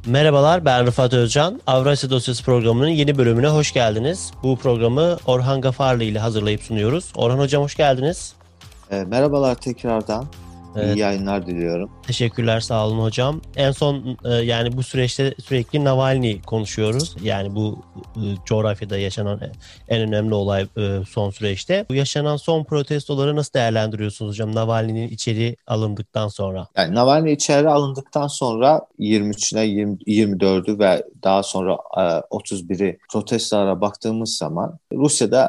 Merhabalar, ben Rıfat Özcan. Avrasya Dosyası programının yeni bölümüne hoş geldiniz. Bu programı Orhan Gafarlı ile hazırlayıp sunuyoruz. Orhan Hocam hoş geldiniz. Merhabalar tekrardan. İyi Evet, yayınlar diliyorum. teşekkürler, sağ olun hocam. En son yani bu süreçte sürekli Navalny konuşuyoruz. Yani bu coğrafyada yaşanan en önemli olay son süreçte. Bu yaşanan son protestoları nasıl değerlendiriyorsunuz hocam? Navalny'nin içeri alındıktan sonra. Yani Navalny içeri alındıktan sonra 23'üne 24'ü ve daha sonra 31'i protestolara baktığımız zaman Rusya'da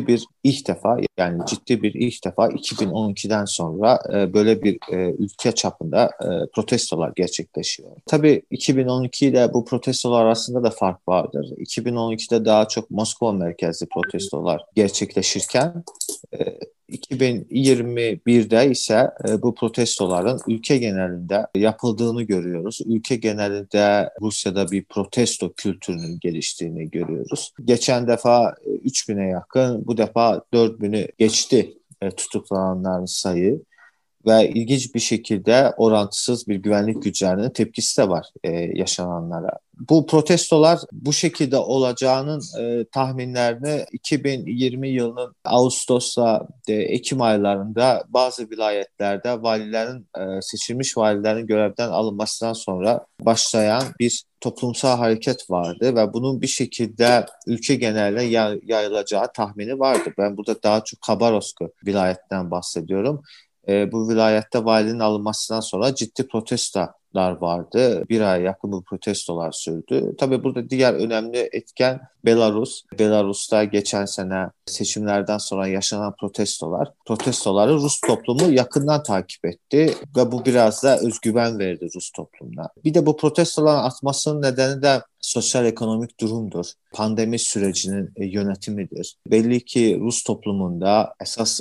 ciddi bir ilk defa 2012'den sonra böyle bir ülke çapında protestolar gerçekleşiyor. Tabii 2012 ile bu protestolar arasında da fark vardır. 2012'de daha çok Moskova merkezli protestolar gerçekleşirken 2021'de ise bu protestoların ülke genelinde yapıldığını görüyoruz. Ülke genelinde Rusya'da bir protesto kültürünün geliştiğini görüyoruz. Geçen defa 3000'e yakın, bu defa 4000'ü geçti tutuklananların sayı. Ve ilginç bir şekilde orantısız bir güvenlik güçlerinin tepkisi de var yaşananlara. Bu protestolar bu şekilde olacağının tahminlerini 2020 yılının Ağustos'la Ekim aylarında bazı vilayetlerde seçilmiş valilerin görevden alınmasından sonra başlayan bir toplumsal hareket vardı ve bunun bir şekilde ülke geneline yayılacağı tahmini vardı. Ben burada daha çok Khabarovsk vilayetten bahsediyorum. Bu vilayette valinin alınmasından sonra ciddi protestolar vardı. Bir aya yakın bu protestolar sürdü. Tabii burada diğer önemli etken Belarus. Belarus'ta geçen sene seçimlerden sonra yaşanan protestoları Rus toplumu yakından takip etti ve bu biraz da özgüven verdi Rus toplumuna. Bir de bu protestoların artmasının nedeni de sosyal-ekonomik durumdur. Pandemi sürecinin yönetimidir. Belli ki Rus toplumunda esas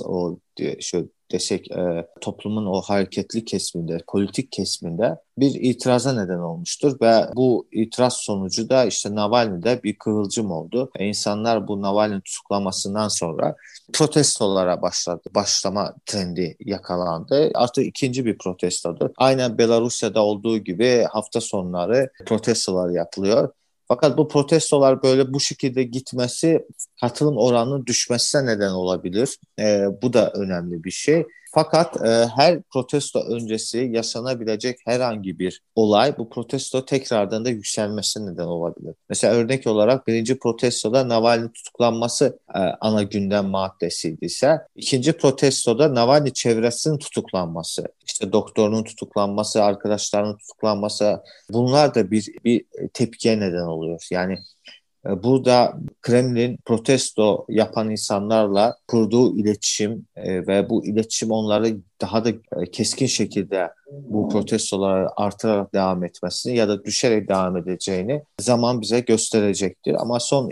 toplumun o hareketli kesiminde, politik kesiminde bir itiraza neden olmuştur ve bu itiraz sonucu da işte Navalny'de bir kıvılcım oldu. İnsanlar bu Navalny tutuklamasından sonra protestolara başlama trendi yakalandı. Artık ikinci bir protestodur. Aynen Belarusya'da olduğu gibi hafta sonları protestolar yapılıyor. Fakat bu protestolar böyle bu şekilde gitmesi katılım oranının düşmesine neden olabilir. Bu da önemli bir şey. Fakat her protesto öncesi yaşanabilecek herhangi bir olay bu protesto tekrardan da yükselmesine neden olabilir. Mesela örnek olarak birinci protestoda Navalny tutuklanması ana gündem maddesiydi ise ikinci protestoda Navalny çevresinin tutuklanması, işte doktorunun tutuklanması, arkadaşlarının tutuklanması bunlar da bir tepkiye neden oluyor. Yani burada Kremlin protesto yapan insanlarla kurduğu iletişim ve bu iletişim onları daha da keskin şekilde bu protestoları artırarak devam etmesini ya da düşerek devam edeceğini zaman bize gösterecektir. Ama son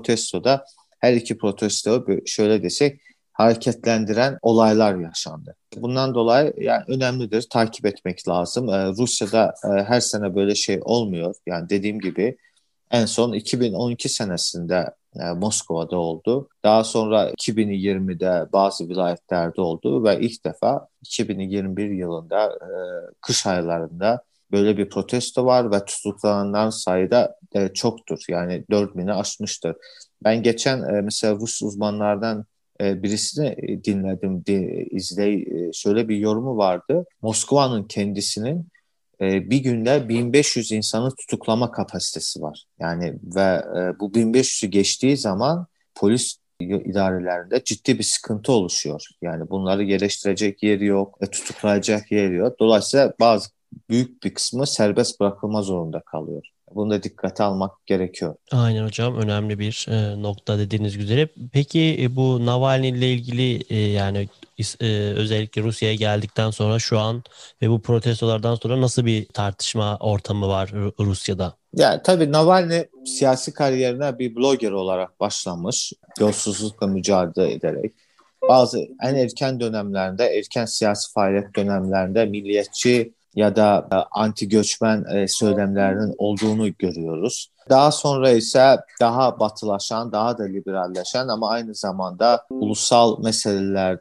her iki protesto şöyle desek hareketlendiren olaylar yaşandı. Bundan dolayı yani önemlidir, takip etmek lazım. Rusya'da her sene böyle şey olmuyor. Yani dediğim gibi en son 2012 senesinde Moskova'da oldu. Daha sonra 2020'de bazı vilayetlerde oldu ve ilk defa 2021 yılında kış aylarında böyle bir protesto var ve tutuklananların sayısı da çoktur. Yani 4000'i aşmıştır. Ben geçen mesela Rus uzmanlardan birisini dinledim, şöyle bir yorumu vardı. Moskova'nın kendisinin bir günde 1500 insanı tutuklama kapasitesi var. Yani ve bu 1500'ü geçtiği zaman polis idarelerinde ciddi bir sıkıntı oluşuyor. Yani bunları yerleştirecek yeri yok, tutuklayacak yeri yok. Dolayısıyla büyük bir kısmı serbest bırakılma zorunda kalıyor. Bunu da dikkate almak gerekiyor. Aynen hocam, önemli bir nokta dediğiniz üzere. Peki bu Navalny ile ilgili yani özellikle Rusya'ya geldikten sonra şu an ve bu protestolardan sonra nasıl bir tartışma ortamı var Rusya'da? Yani tabii Navalny siyasi kariyerine bir blogger olarak başlamış, yolsuzlukla mücadele ederek. Bazı en erken siyasi faaliyet dönemlerinde milliyetçi ya da anti göçmen söylemlerinin olduğunu görüyoruz. Daha sonra ise daha batılaşan, daha da liberalleşen ama aynı zamanda ulusal meselelerde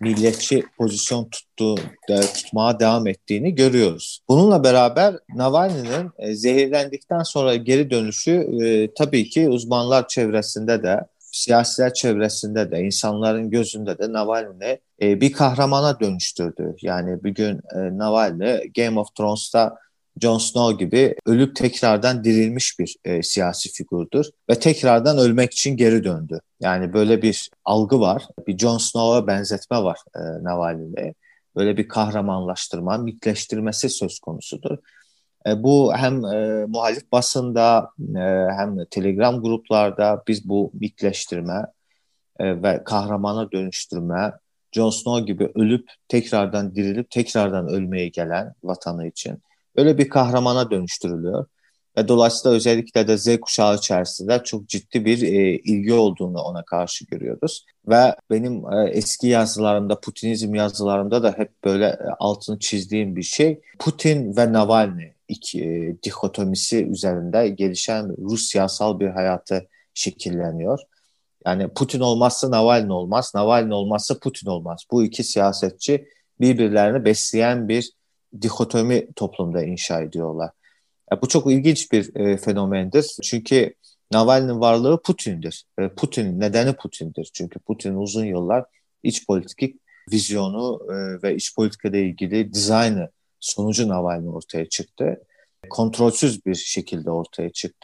milliyetçi pozisyon tutmaya devam ettiğini görüyoruz. Bununla beraber Navalny'nin zehirlendikten sonra geri dönüşü tabii ki uzmanlar çevresinde de, siyasiler çevresinde de, insanların gözünde de Navalny'i bir kahramana dönüştürdü. Yani bir gün Navalny Game of Thrones'ta Jon Snow gibi ölüp tekrardan dirilmiş bir siyasi figürdür ve tekrardan ölmek için geri döndü. Yani böyle bir algı var, bir Jon Snow'a benzetme var Navalny'de. Böyle bir kahramanlaştırma, mitleştirmesi söz konusudur. Bu hem muhalif basında hem Telegram gruplarda biz bu mitleştirme ve kahramana dönüştürme, Jon Snow gibi ölüp tekrardan dirilip tekrardan ölmeye gelen vatanı için öyle bir kahramana dönüştürülüyor. Ve dolayısıyla özellikle de Z kuşağı içerisinde çok ciddi bir ilgi olduğunu ona karşı görüyoruz. Ve benim eski yazılarımda, Putinizm yazılarımda da hep böyle altını çizdiğim bir şey, Putin ve Navalny dikotomisi üzerinde gelişen Rus siyasal bir hayatı şekilleniyor. Yani Putin olmazsa Navalny olmaz, Navalny olmazsa Putin olmaz. Bu iki siyasetçi birbirlerini besleyen bir dikotomi toplumda inşa ediyorlar. Bu çok ilginç bir fenomendir. Çünkü Navalny'nin varlığı Putin'dir. Putin nedeni Putin'dir. Çünkü Putin uzun yıllar iç politik vizyonu ve iç politikada ilgili dizaynı sonucu Navalny ortaya çıktı. Kontrolsüz bir şekilde ortaya çıktı.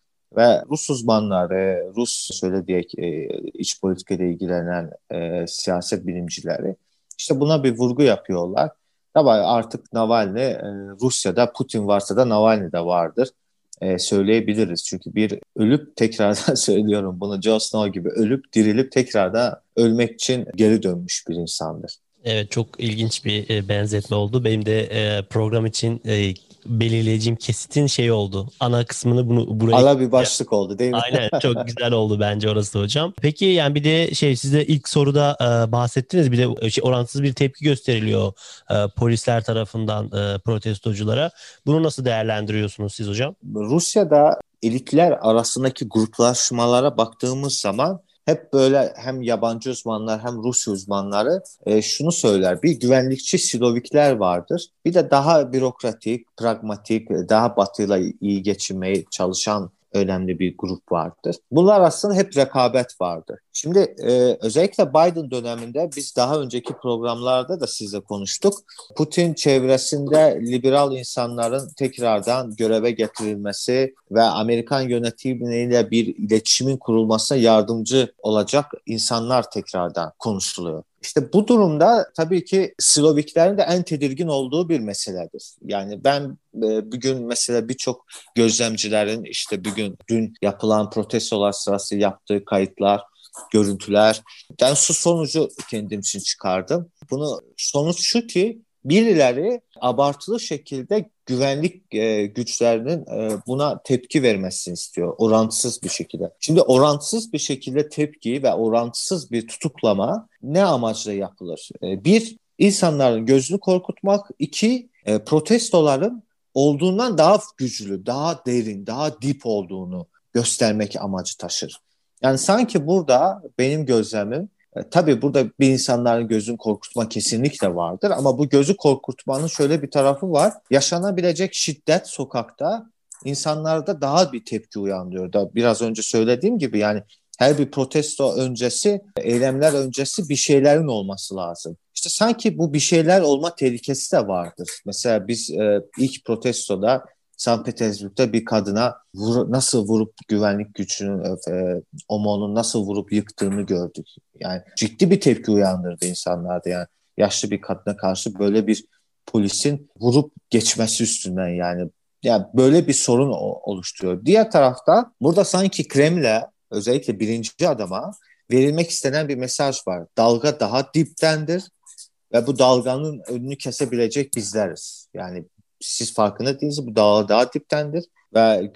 Ve Rus uzmanlar, Rus şöyle diyek iç politikayla ilgilenen siyaset bilimcileri işte buna bir vurgu yapıyorlar. Tabii artık Navalny Rusya'da Putin varsa da Navalny de vardır söyleyebiliriz. Çünkü bir ölüp tekrardan söylüyorum bunu Jon Snow gibi ölüp dirilip tekrardan ölmek için geri dönmüş bir insandır. Evet, çok ilginç bir benzetme oldu. Benim de program için belirleyeceğim kesitin şey oldu. Ana kısmını buraya... Ala bir başlık oldu değil mi? Aynen, çok güzel oldu bence orası hocam. Peki yani bir de size ilk soruda bahsettiniz, bir de orantısız bir tepki gösteriliyor polisler tarafından protestoculara. Bunu nasıl değerlendiriyorsunuz siz hocam? Rusya'da elitler arasındaki gruplaşmalara baktığımız zaman hep böyle hem yabancı uzmanlar hem Rus uzmanları şunu söyler. Bir güvenlikçi Silovikler vardır. Bir de daha bürokratik, pragmatik, daha batıyla iyi geçinmeye çalışan önemli bir grup vardır. Bunlar arasında hep rekabet vardır. Şimdi özellikle Biden döneminde biz daha önceki programlarda da sizle konuştuk. Putin çevresinde liberal insanların tekrardan göreve getirilmesi ve Amerikan yönetimiyle bir iletişimin kurulmasına yardımcı olacak insanlar tekrardan konuşuluyor. İşte bu durumda tabii ki Sloviklerin de en tedirgin olduğu bir meseledir. Yani ben bugün mesela birçok gözlemcilerin işte dün yapılan protestolar sırası yaptığı kayıtlar, görüntülerden şu sonucu kendim için çıkardım. Sonuç şu ki birileri abartılı şekilde güvenlik güçlerinin buna tepki vermesini istiyor orantısız bir şekilde. Şimdi orantısız bir şekilde tepki ve orantısız bir tutuklama ne amaçla yapılır? Bir, insanların gözünü korkutmak. İki, protestoların olduğundan daha güçlü, daha derin, daha dip olduğunu göstermek amacı taşır. Yani sanki burada benim gözlemim, tabii burada bir insanların gözünü korkutma kesinlikle vardır ama bu gözü korkutmanın şöyle bir tarafı var. Yaşanabilecek şiddet sokakta insanlarda daha bir tepki uyandırıyor. Da biraz önce söylediğim gibi yani her bir protesto öncesi, eylemler öncesi bir şeylerin olması lazım. İşte sanki bu bir şeyler olma tehlikesi de vardır. Mesela biz ilk protestoda St. Petersburg'da bir kadına nasıl vurup güvenlik gücünün OMON'un nasıl vurup yıktığını gördük. Yani ciddi bir tepki uyandırdı insanlarda. Yani yaşlı bir kadına karşı böyle bir polisin vurup geçmesi üstünden yani böyle bir sorun oluşturuyor. Diğer tarafta burada sanki Kreml'e özellikle birinci adama verilmek istenen bir mesaj var. Dalga daha diptendir ve bu dalganın önünü kesebilecek bizleriz. Yani siz farkında değilsiniz, bu dalga daha diptendir ve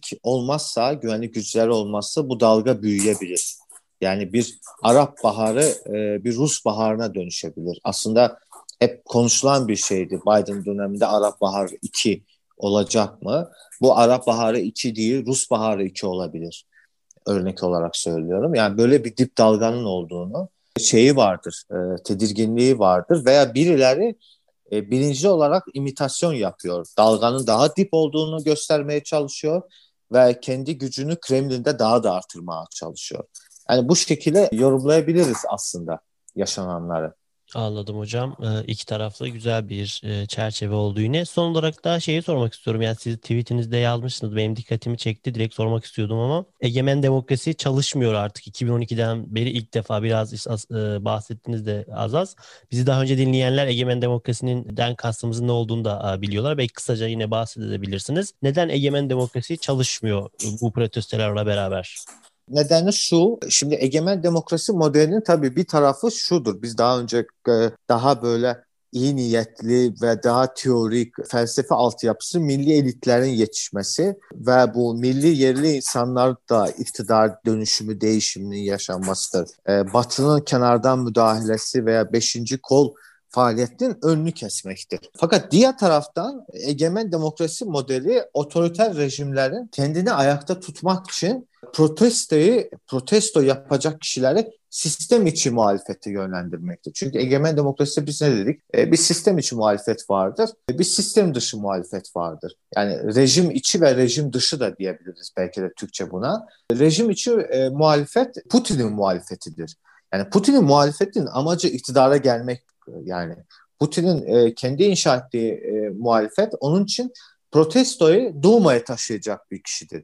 güvenlik güçleri olmazsa bu dalga büyüyebilir. Yani bir Arap Baharı bir Rus Baharı'na dönüşebilir. Aslında hep konuşulan bir şeydi. Biden döneminde Arap Baharı 2 olacak mı? Bu Arap Baharı 2 değil, Rus Baharı 2 olabilir. Örnek olarak söylüyorum. Yani böyle bir dip dalganın olduğunu. şeyi vardır, tedirginliği vardır veya birileri bilinçli olarak imitasyon yapıyor. Dalganın daha dip olduğunu göstermeye çalışıyor ve kendi gücünü Kremlin'de daha da artırmaya çalışıyor. Yani bu şekilde yorumlayabiliriz aslında yaşananları. Anladım hocam. İki taraflı güzel bir çerçeve oldu yine. Son olarak da şeyi sormak istiyorum. Yani siz tweetinizde yazmışsınız. Benim dikkatimi çekti. Direkt sormak istiyordum ama egemen demokrasi çalışmıyor artık. 2012'den beri ilk defa biraz bahsettiniz de az az. Bizi daha önce dinleyenler egemen demokrasinin kastımızın ne olduğunu da biliyorlar. Belki kısaca yine bahsedebilirsiniz. Neden egemen demokrasi çalışmıyor bu protestolarla beraber? Nedeni şu, şimdi egemen demokrasi modelinin tabii bir tarafı şudur. Biz daha önce daha böyle iyi niyetli ve daha teorik felsefe altyapısı milli elitlerin yetişmesi ve bu milli yerli insanlar da iktidar dönüşümü, değişiminin yaşanmasıdır. Batı'nın kenardan müdahalesi veya beşinci kol faaliyetinin önünü kesmektir. Fakat diğer taraftan egemen demokrasi modeli otoriter rejimlerin kendini ayakta tutmak için protesto yapacak kişileri sistem içi muhalefete yönlendirmektir. Çünkü egemen demokraside biz ne dedik? Bir sistem içi muhalefet vardır, bir sistem dışı muhalefet vardır. Yani rejim içi ve rejim dışı da diyebiliriz belki de Türkçe buna. Rejim içi muhalefet Putin'in muhalefetidir. Yani Putin'in muhalefetinin amacı iktidara gelmek. Yani Putin'in kendi inşa ettiği muhalefet onun için protestoyu Duma'ya taşıyacak bir kişidir.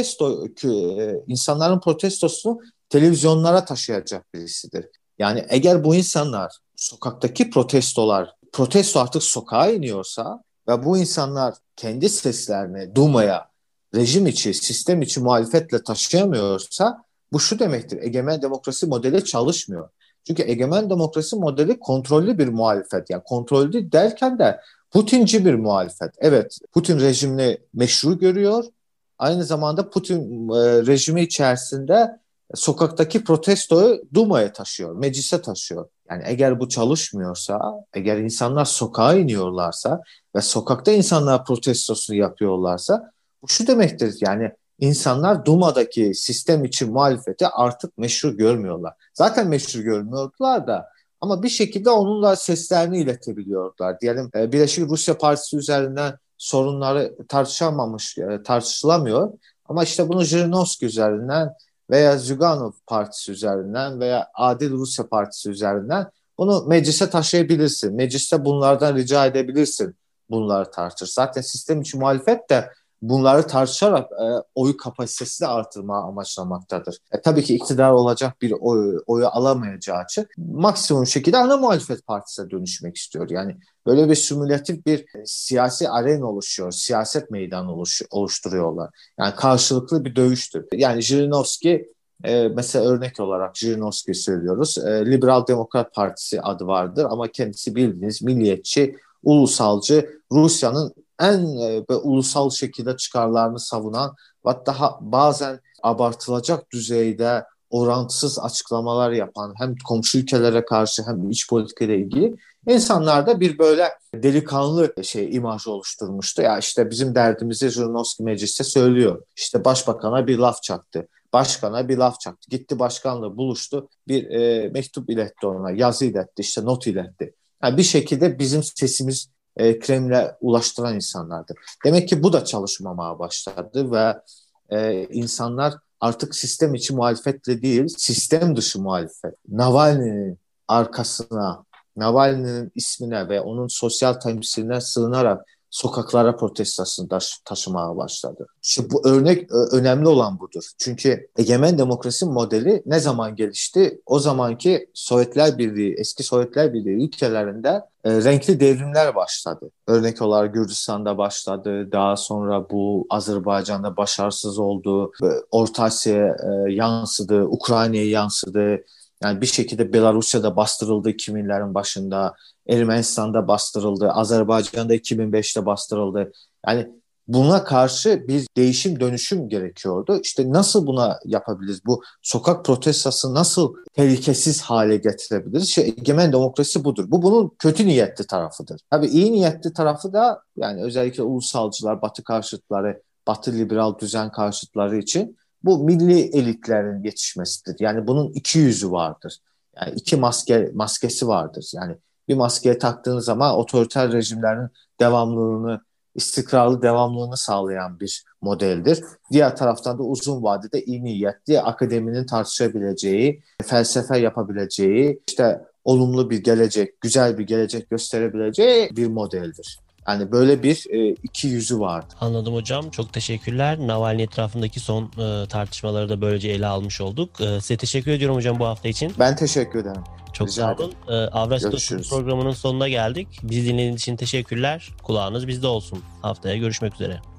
İnsanların protestosunu televizyonlara taşıyacak birisidir. Yani eğer bu insanlar sokaktaki protesto artık sokağa iniyorsa ve bu insanlar kendi seslerini Duma'ya rejim içi, sistem içi muhalefetle taşıyamıyorsa bu şu demektir: egemen demokrasi modeli çalışmıyor. Çünkü egemen demokrasi modeli kontrollü bir muhalefet. Yani kontrollü derken de Putinci bir muhalefet. Evet, Putin rejimini meşru görüyor. Aynı zamanda Putin rejimi içerisinde sokaktaki protestoyu Duma'ya taşıyor, meclise taşıyor. Yani eğer bu çalışmıyorsa, eğer insanlar sokağa iniyorlarsa ve sokakta insanlar protestosunu yapıyorlarsa bu şu demektir: yani insanlar Duma'daki sistem içi muhalefeti artık meşru görmüyorlar. Zaten meşru görmüyordular da ama bir şekilde onunla seslerini iletebiliyorlar. Diyelim Birleşik Rusya Partisi üzerinden sorunları tartışılamıyor. Ama işte bunu Zhirinovskiy üzerinden veya Zyuganov Partisi üzerinden veya Adil Rusya Partisi üzerinden bunu meclise taşıyabilirsin. Mecliste bunlardan rica edebilirsin bunları tartışır. Zaten sistem içi muhalefet de bunları tartışarak oy kapasitesini artırma amaçlamaktadır. Tabii ki iktidar olacak bir oyu alamayacağı için maksimum şekilde ana muhalefet partisine dönüşmek istiyor. Yani böyle bir simülatif bir siyasi arena oluşuyor, siyaset meydanı oluşturuyorlar. Yani karşılıklı bir dövüştür. Yani Zhirinovskiy mesela örnek olarak Zhirinovskiy söylüyoruz. Liberal Demokrat Partisi adı vardır ama kendisi bildiğiniz milliyetçi, ulusalcı, Rusya'nın en ulusal şekilde çıkarlarını savunan ve hatta bazen abartılacak düzeyde orantısız açıklamalar yapan hem komşu ülkelere karşı hem iç politikayla ilgili insanlarda bir böyle delikanlı imajı oluşturmuştu. Ya işte bizim derdimizi Zhirinovskiy mecliste söylüyor. İşte başbakana bir laf çaktı. Başkana bir laf çaktı. Gitti başkanla buluştu. Bir mektup iletti ona, yazı iletti, işte not iletti. Yani bir şekilde bizim sesimiz Kreml'e ulaştıran insanlardır. Demek ki bu da çalışmamaya başladı ve insanlar artık sistem içi muhalefetle değil, sistem dışı muhalefet, Navalny'nin arkasına, Navalny'nin ismine ve onun sosyal temsiline sığınarak sokaklara protestasını taşımaya başladı. İşte bu örnek önemli olan budur. Çünkü egemen demokrasi modeli ne zaman gelişti? O zamanki Sovyetler Birliği, eski Sovyetler Birliği ülkelerinde renkli devrimler başladı. Örnek olarak Gürcistan'da başladı. Daha sonra bu Azerbaycan'da başarısız oldu. Orta Asya'ya yansıdı. Ukrayna'ya yansıdı. Yani bir şekilde Belarusya'da bastırıldı 2000'lerin başında. Ermenistan'da bastırıldı. Azerbaycan'da 2005'te bastırıldı. Yani buna karşı bir değişim dönüşüm gerekiyordu. İşte nasıl buna yapabiliriz? Bu sokak protestosu nasıl tehlikesiz hale getirebiliriz? Egemen demokrasi budur. Bu bunun kötü niyetli tarafıdır. Tabii iyi niyetli tarafı da yani özellikle ulusalcılar, Batı karşıtları, Batı liberal düzen karşıtları için bu milli elitlerin yetişmesidir. Yani bunun iki yüzü vardır. Yani iki maskesi vardır. Yani bir maskeyi taktığınız zaman otoriter rejimlerin istikrarlı devamlılığını sağlayan bir modeldir. Diğer taraftan da uzun vadede iyi niyetli akademinin tartışabileceği, felsefe yapabileceği, işte olumlu bir gelecek, güzel bir gelecek gösterebileceği bir modeldir. Yani böyle bir iki yüzü vardı. Anladım hocam. Çok teşekkürler. Navalny etrafındaki son tartışmaları da böylece ele almış olduk. Size teşekkür ediyorum hocam bu hafta için. Ben teşekkür ederim. Çok Rica sağ ederim. olun. Avrasya Görüşürüz. programının sonuna geldik. Bizi dinlediğiniz için teşekkürler. Kulağınız bizde olsun. Haftaya görüşmek üzere.